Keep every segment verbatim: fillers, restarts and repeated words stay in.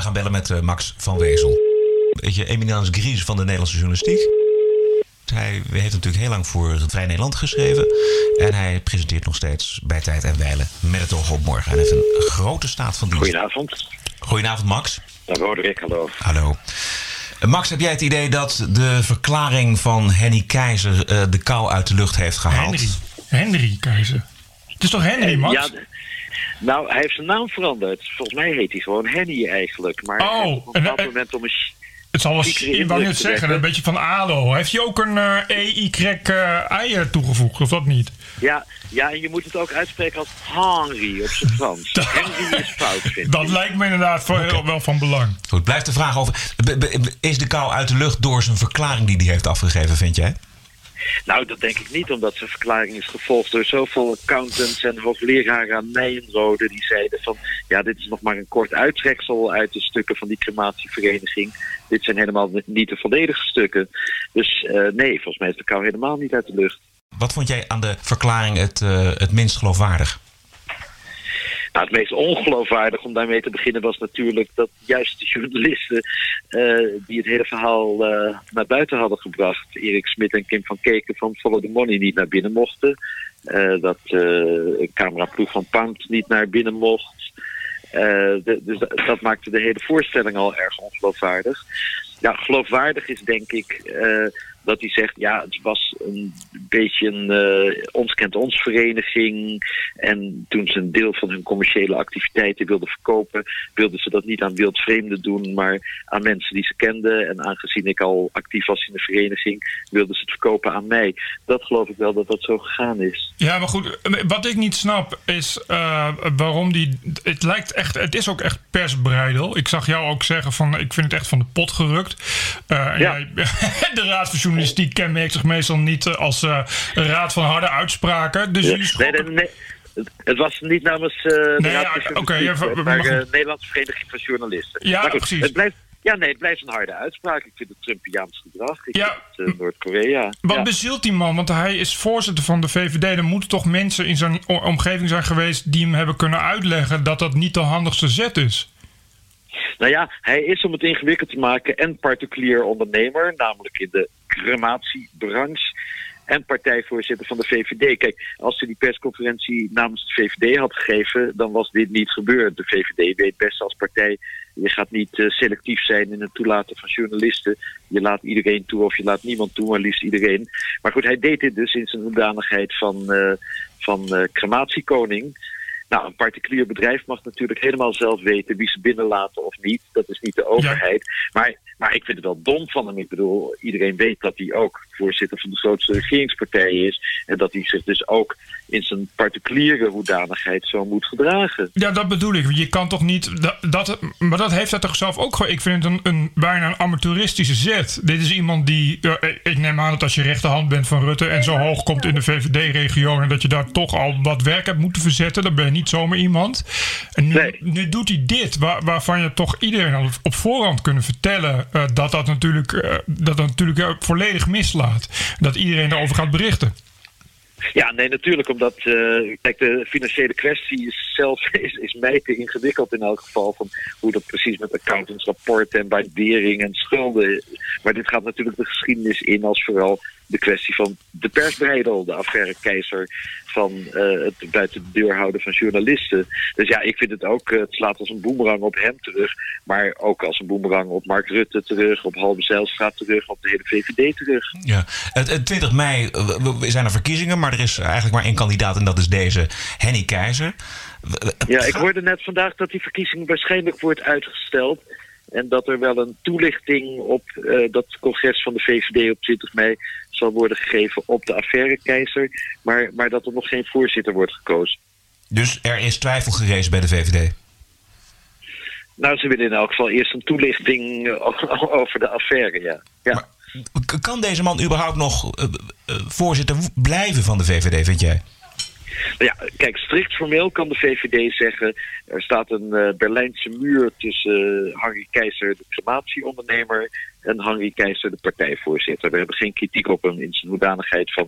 gaan bellen met uh, Max van Wezel. Weet je, eminence grise van de Nederlandse journalistiek. Hij heeft natuurlijk heel lang voor Vrij Nederland geschreven. En hij presenteert nog steeds bij Tijd en Wijle met het oog op morgen. Hij heeft een grote staat van dienst. Goedenavond. Goedenavond, Max. Dag Roderick, hallo. Hallo. Max, heb jij het idee dat de verklaring van Henny Keizer uh, de kou uit de lucht heeft gehaald? Henry, Henry Keizer. Het is toch Henry, Max? Ja, nou, hij heeft zijn naam veranderd. Volgens mij heet hij gewoon Henny eigenlijk. Maar oh, op een bepaald moment om een... Het zal wel, ik wou net zeggen, een beetje van A L O. Heeft hij ook een uh, E Y I uh, toegevoegd, of dat niet? Ja, ja, en je moet het ook uitspreken als Henry op zijn Frans. Henry is fout, vind Dat ik. lijkt me inderdaad voor, okay. wel van belang. Goed, blijft de vraag over... Is de kou uit de lucht door zijn verklaring die hij heeft afgegeven, vind jij? Nou, dat denk ik niet, omdat zijn verklaring is gevolgd door zoveel accountants en hoogleraren aan Nijenrode die zeiden van, ja, dit is nog maar een kort uittreksel uit de stukken van die crematievereniging. Dit zijn helemaal niet de volledige stukken. Dus uh, nee, volgens mij is de kou helemaal niet uit de lucht. Wat vond jij aan de verklaring het, uh, het minst geloofwaardig? Nou, het meest ongeloofwaardig om daarmee te beginnen was natuurlijk dat juist de journalisten uh, die het hele verhaal uh, naar buiten hadden gebracht, Erik Smit en Kim van Keken van Follow the Money, niet naar binnen mochten. Uh, dat uh, een cameraploeg van Pound niet naar binnen mocht. Uh, de, dus dat maakte de hele voorstelling al erg ongeloofwaardig. Ja, geloofwaardig is denk ik uh, dat hij zegt, ja, het was een beetje een uh, ons kent ons vereniging. En toen ze een deel van hun commerciële activiteiten wilden verkopen, wilden ze dat niet aan wildvreemden doen, maar aan mensen die ze kenden. En aangezien ik al actief was in de vereniging, wilden ze het verkopen aan mij. Dat geloof ik wel dat dat zo gegaan is. Ja, maar goed, wat ik niet snap is uh, waarom die... Het lijkt echt, het is ook echt persbreidel. Ik zag jou ook zeggen van, ik vind het echt van de pot gerukt. Uh, en ja. jij, de Raad van Journalistiek kenmerkt zich meestal niet als uh, een raad van harde uitspraken. Dus ja. jullie schokken... nee, nee, nee. Het was niet namens uh, de nee, Raad ja, van okay, Journalistiek, ja, maar mag... uh, Nederlandse Vereniging van Journalisten. Ja, maar goed, precies. Het blijft, ja, nee, het blijft een harde uitspraak. Ik vind het Trumpiaans gedrag. Ik ja. vind het uh, Noord-Korea. Wat ja. bezielt die man? Want hij is voorzitter van de V V D. Er moeten toch mensen in zijn omgeving zijn geweest die hem hebben kunnen uitleggen dat dat niet de handigste zet is? Nou ja, hij is om het ingewikkeld te maken en particulier ondernemer, namelijk in de crematiebranche, en partijvoorzitter van de V V D. Kijk, als ze die persconferentie namens de V V D had gegeven, dan was dit niet gebeurd. De V V D weet best als partij, je gaat niet uh, selectief zijn in het toelaten van journalisten. Je laat iedereen toe of je laat niemand toe, maar liefst iedereen. Maar goed, hij deed dit dus in zijn hoedanigheid van, uh, van uh, crematiekoning. Nou, een particulier bedrijf mag natuurlijk helemaal zelf weten wie ze binnenlaten of niet. Dat is niet de overheid. Ja. Maar, maar ik vind het wel dom van hem. Ik bedoel, iedereen weet dat hij ook voorzitter van de grootste regeringspartij is. En dat hij zich dus ook in zijn particuliere hoedanigheid zo moet gedragen. Ja, dat bedoel ik. Je kan toch niet... Dat, dat, maar dat heeft hij toch zelf ook gewoon... Ik vind het een, een bijna een amateuristische zet. Dit is iemand die... Uh, ik neem aan dat als je rechterhand bent van Rutte en zo hoog komt in de V V D-regio en dat je daar toch al wat werk hebt moeten verzetten. Dan ben je niet zomaar iemand. En nu, nee. nu doet hij dit, waar, waarvan je toch iedereen al op voorhand kunnen vertellen uh, dat dat natuurlijk, uh, dat dat natuurlijk uh, volledig mislaat. Dat iedereen daarover gaat berichten. Ja, nee, natuurlijk, omdat uh, kijk, de financiële kwestie is zelf is, is mij te ingewikkeld in elk geval van hoe dat precies met accountantsrapporten en waardering en schulden. Maar dit gaat natuurlijk de geschiedenis in als vooral de kwestie van de persbreidel, de affaire Keizer, van uh, het buiten de deur houden van journalisten. Dus ja, ik vind het ook, uh, het slaat als een boemerang op hem terug, maar ook als een boemerang op Mark Rutte terug, op Halbe Zijlstra terug, op de hele V V D terug. Ja, twintig mei zijn er verkiezingen, maar er is eigenlijk maar één kandidaat en dat is deze Henny Keizer. Ja, ik hoorde net vandaag dat die verkiezing waarschijnlijk wordt uitgesteld. En dat er wel een toelichting op uh, dat congres van de V V D op twintig mei zal worden gegeven op de affaire Keizer. Maar, maar dat er nog geen voorzitter wordt gekozen. Dus er is twijfel gerezen bij de V V D? Nou, ze willen in elk geval eerst een toelichting over de affaire, ja. ja. Maar kan deze man überhaupt nog uh, uh, voorzitter blijven van de V V D, vind jij? Nou ja, kijk, strikt formeel kan de V V D zeggen, er staat een uh, Berlijnse muur tussen uh, Henry Keizer, de crematieondernemer, en Henry Keizer, de partijvoorzitter. We hebben geen kritiek op hem in zijn hoedanigheid van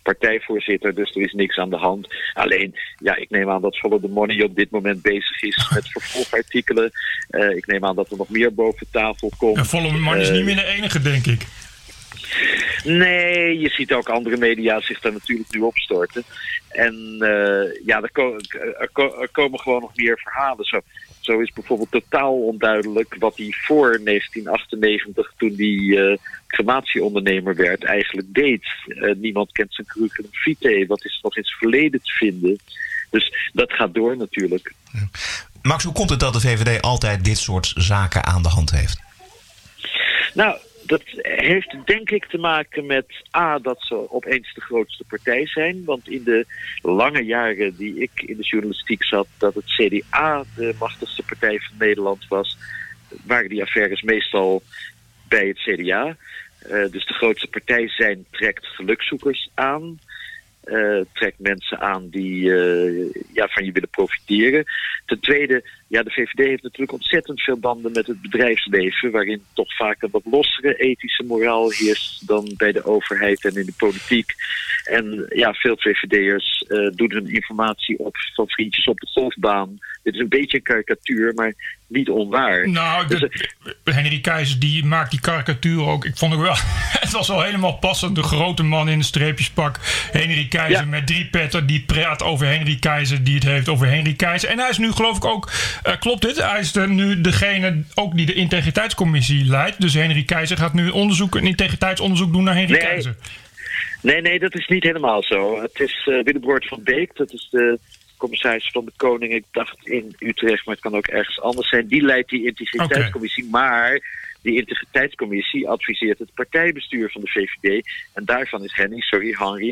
partijvoorzitter, dus er is niks aan de hand. Alleen, ja, ik neem aan dat Follow the Money op dit moment bezig is met vervolgartikelen. Uh, ik neem aan dat er nog meer boven tafel komt. Ja, Follow the Money is uh, niet meer de enige, denk ik. Nee, je ziet ook andere media zich daar natuurlijk nu opstorten. En uh, ja, er, ko- er, ko- er komen gewoon nog meer verhalen. Zo, zo is bijvoorbeeld totaal onduidelijk wat hij voor negentien achtennegentig, toen hij uh, crematieondernemer werd, eigenlijk deed. Uh, niemand kent zijn curriculum vitae. Wat is nog in het verleden te vinden? Dus dat gaat door natuurlijk. Max, hoe komt het dat de V V D altijd dit soort zaken aan de hand heeft? Nou, dat heeft denk ik te maken met A, dat ze opeens de grootste partij zijn. Want in de lange jaren die ik in de journalistiek zat, dat het C D A de machtigste partij van Nederland was, waren die affaires meestal bij het C D A. Uh, dus de grootste partij zijn trekt gelukzoekers aan. Uh, trekt mensen aan die uh, ja, van je willen profiteren. Ten tweede, ja, de V V D heeft natuurlijk ontzettend veel banden met het bedrijfsleven, waarin toch vaak een wat lossere ethische moraal heerst dan bij de overheid en in de politiek. En ja, veel V V D'ers uh, doen hun informatie op van vriendjes op de golfbaan. Dit is een beetje een karikatuur, maar niet onwaar. Nou, de, dus, Henry Keizer die maakt die karikatuur ook. Ik vond het wel, het was wel helemaal passend. De grote man in een streepjespak. Henry Keizer ja. met drie petten. Die praat over Henry Keizer, die het heeft over Henry Keizer. En hij is nu geloof ik ook, uh, klopt dit? Hij is de, nu degene ook die de integriteitscommissie leidt. Dus Henry Keizer gaat nu onderzoek, een integriteitsonderzoek doen naar Henry nee. Keizer. Nee, nee, dat is niet helemaal zo. Het is uh, Willebroord van Beek, dat is de commissaris van de Koning, ik dacht in Utrecht, maar het kan ook ergens anders zijn. Die leidt die integriteitscommissie, okay. Maar die integriteitscommissie adviseert het partijbestuur van de V V D. En daarvan is Henry, sorry, Henry,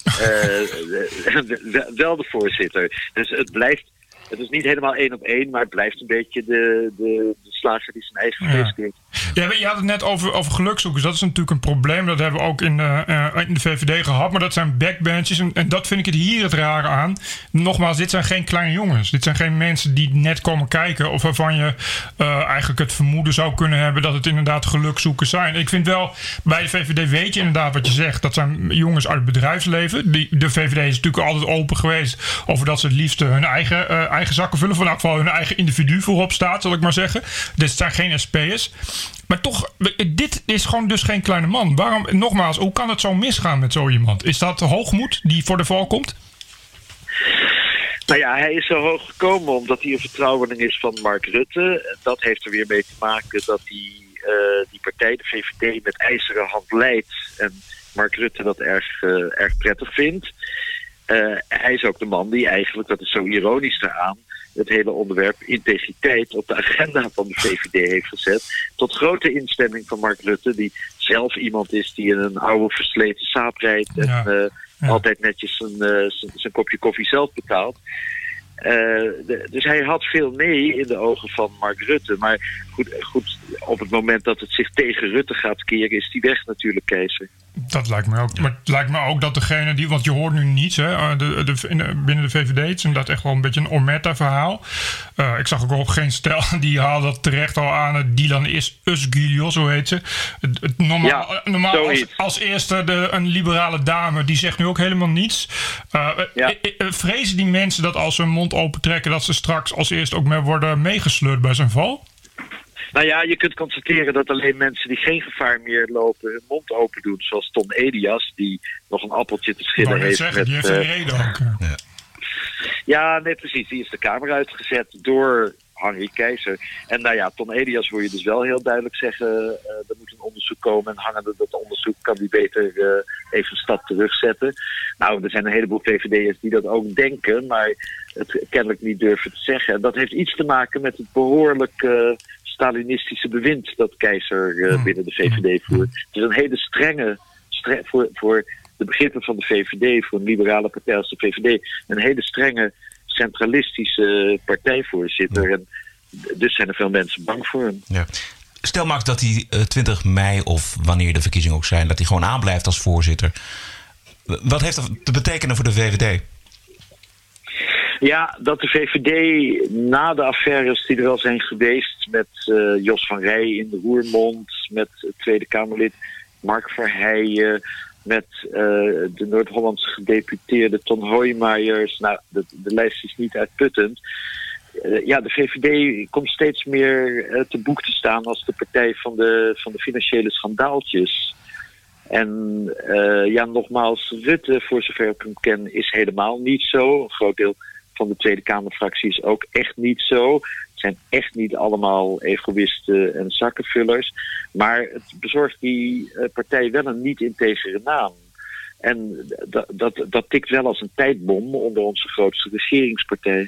uh, wel de voorzitter. Dus het blijft, het is niet helemaal één op één, maar het blijft een beetje de, de, de slager die zijn eigen vlees keert. Ja, je had het net over, over gelukzoekers. Dat is natuurlijk een probleem. Dat hebben we ook in de, uh, in de V V D gehad. Maar dat zijn backbenchers. En, en dat vind ik het hier het rare aan. Nogmaals, dit zijn geen kleine jongens. Dit zijn geen mensen die net komen kijken. Of waarvan je uh, eigenlijk het vermoeden zou kunnen hebben dat het inderdaad gelukzoekers zijn. Ik vind wel, bij de V V D weet je inderdaad wat je zegt. Dat zijn jongens uit het bedrijfsleven. Die, de V V D is natuurlijk altijd open geweest over dat ze het liefst hun eigen, uh, eigen zakken vullen. Van in elk geval hun eigen individu voorop staat, zal ik maar zeggen. Dit zijn geen S P'ers. Maar toch, dit is gewoon dus geen kleine man. Waarom, nogmaals, hoe kan het zo misgaan met zo iemand? Is dat hoogmoed die voor de val komt? Nou ja, hij is zo hoog gekomen omdat hij een vertrouweling is van Mark Rutte. Dat heeft er weer mee te maken dat die, uh, die partij, de V V D, met ijzeren hand leidt. En Mark Rutte dat erg, uh, erg prettig vindt. Uh, hij is ook de man die eigenlijk, dat is zo ironisch daaraan, het hele onderwerp integriteit op de agenda van de V V D heeft gezet. Tot grote instemming van Mark Rutte, die zelf iemand is die in een oude versleten saap rijdt en ja, uh, ja. altijd netjes zijn, uh, zijn, zijn kopje koffie zelf betaalt. Uh, de, dus hij had veel nee in de ogen van Mark Rutte. Maar goed, goed, op het moment dat het zich tegen Rutte gaat keren, is die weg natuurlijk, Keizer. Dat lijkt me ook. Maar het lijkt me ook dat degene die, want je hoort nu niets hè, de, de, in de, binnen de V V D. Het is inderdaad echt wel een beetje een Omerta-verhaal. Uh, ik zag ook op geen stel, die haalde dat terecht al aan. Dylan is Özgür, zo heet ze. Het, het normaal ja, normaal als, als eerste de, een liberale dame, die zegt nu ook helemaal niets. Uh, ja. uh, vrezen die mensen dat als ze hun mond opentrekken, dat ze straks als eerste ook mee worden meegesleurd bij zijn val? Nou ja, je kunt constateren dat alleen mensen die geen gevaar meer lopen hun mond open doen. Zoals Ton Elias, die nog een appeltje te schillen heeft. Zeggen, met, die heeft een uh, reden ook. Ja. ja, nee precies. Die is de kamer uitgezet door Henry Keizer. En nou ja, Ton Elias hoor je dus wel heel duidelijk zeggen, uh, er moet een onderzoek komen en hangende dat onderzoek kan die beter uh, even een stap terugzetten. Nou, er zijn een heleboel V V D'ers die dat ook denken, maar het kennelijk niet durven te zeggen. En dat heeft iets te maken met het behoorlijk Uh, Stalinistische bewind dat Keizer uh, binnen de V V D voert. Het is een hele strenge, stre- voor, voor de begrippen van de V V D, voor een liberale partij als de V V D, een hele strenge centralistische partijvoorzitter. En dus zijn er veel mensen bang voor hem. Ja. Stel Max dat hij uh, twintig mei of wanneer de verkiezingen ook zijn, dat hij gewoon aanblijft als voorzitter. Wat heeft dat te betekenen voor de V V D? Ja, dat de V V D na de affaires die er al zijn geweest met uh, Jos van Rij in de Roermond, met het Tweede Kamerlid Mark Verheijen, met uh, de Noord-Hollandse gedeputeerde Ton Hoijmaijers. Nou, de, de lijst is niet uitputtend. Uh, ja, de V V D komt steeds meer uh, te boek te staan als de partij van de, van de financiële schandaaltjes. En uh, ja, nogmaals, Rutte, voor zover ik hem ken, is helemaal niet zo. Een groot deel van de Tweede Kamerfractie is ook echt niet zo. Het zijn echt niet allemaal egoïsten en zakkenvullers. Maar het bezorgt die uh, partij wel een niet-integere naam. En dat, dat, dat tikt wel als een tijdbom onder onze grootste regeringspartij.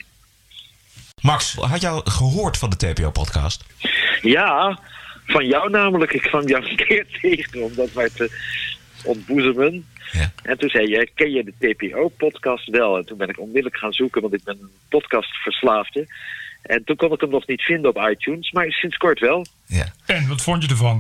Max, had jou gehoord van de T P O-podcast? Ja, van jou namelijk. Ik kwam jou een keer tegen om dat maar te ontboezemen. Ja. En toen zei je, ken je de T P O-podcast wel? En toen ben ik onmiddellijk gaan zoeken, want ik ben een podcastverslaafde. En toen kon ik hem nog niet vinden op iTunes, maar sinds kort wel. Ja. En, wat vond je ervan?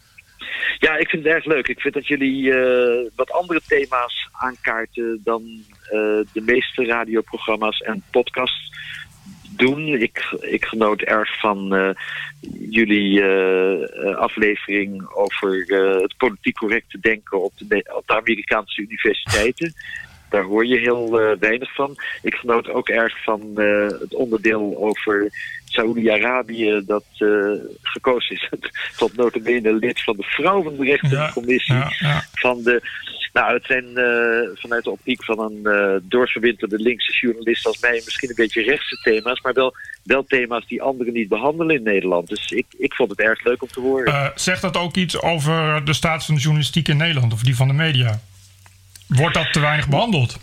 Ja, ik vind het erg leuk. Ik vind dat jullie uh, wat andere thema's aankaarten dan uh, de meeste radioprogramma's en podcasts doen. Ik, ik genoot erg van uh, jullie uh, aflevering over uh, het politiek correcte denken op de, op de Amerikaanse universiteiten. Daar hoor je heel uh, weinig van. Ik genoot ook erg van uh, het onderdeel over Saoedi-Arabië dat uh, gekozen is tot nota bene lid van de Vrouwenrechtencommissie. Ja, ja, ja. Van de, nou, het zijn uh, vanuit de optiek van een uh, doorgewinterde linkse journalist als mij misschien een beetje rechtse thema's, maar wel, wel thema's die anderen niet behandelen in Nederland. Dus ik, ik vond het erg leuk om te horen. Uh, zegt dat ook iets over de staat van de journalistiek in Nederland of die van de media? Wordt dat te weinig behandeld?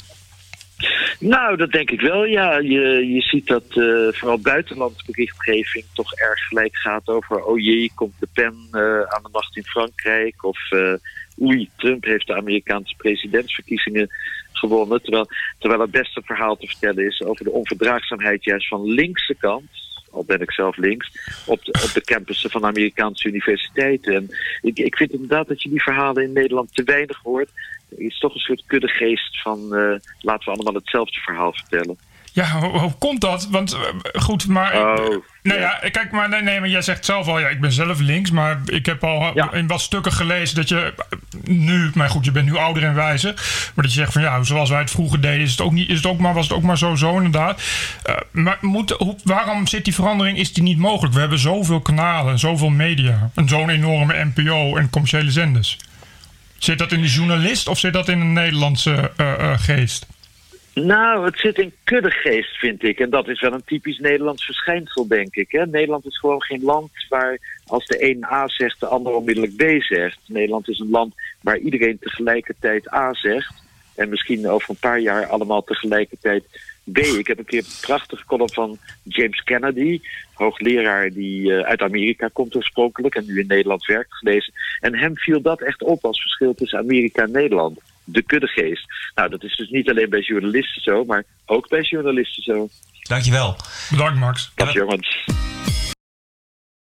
Nou, dat denk ik wel, ja. Je, je ziet dat uh, vooral buitenlandse berichtgeving toch erg gelijk gaat over oh jee, komt Le Pen uh, aan de macht in Frankrijk of uh, oei, Trump heeft de Amerikaanse presidentsverkiezingen gewonnen. Terwijl, terwijl het beste verhaal te vertellen is over de onverdraagzaamheid juist van linkse kant, al ben ik zelf links, op de, op de campussen van Amerikaanse universiteiten. En ik, ik vind inderdaad dat je die verhalen in Nederland te weinig hoort. Er is toch een soort kuddegeest van uh, laten we allemaal hetzelfde verhaal vertellen. Ja, hoe, hoe komt dat? Want uh, goed, maar... Oh, nou ja. ja, kijk, maar, nee, nee, maar jij zegt zelf al, ja, ik ben zelf links, maar ik heb al ja. in wat stukken gelezen dat je nu, maar goed, je bent nu ouder en wijzer, maar dat je zegt van ja, zoals wij het vroeger deden, is het ook niet, is het ook maar, was het ook maar zo, zo inderdaad. Uh, maar moet, hoe, waarom zit die verandering, is die niet mogelijk? We hebben zoveel kanalen, zoveel media, en zo'n enorme N P O en commerciële zenders. Zit dat in de journalist of zit dat in een Nederlandse uh, uh, geest? Nou, het zit in kuddegeest, vind ik. En dat is wel een typisch Nederlands verschijnsel, denk ik. Hè? Nederland is gewoon geen land waar als de een A zegt, de ander onmiddellijk B zegt. Nederland is een land waar iedereen tegelijkertijd A zegt. En misschien over een paar jaar allemaal tegelijkertijd B. Ik heb een keer een prachtige column van James Kennedy, hoogleraar die uh, uit Amerika komt oorspronkelijk en nu in Nederland werkt, gelezen. En hem viel dat echt op als verschil tussen Amerika en Nederland. De kuddegeest. Nou, dat is dus niet alleen bij journalisten zo, maar ook bij journalisten zo. Dankjewel. Bedankt, Max. Dag, jongens.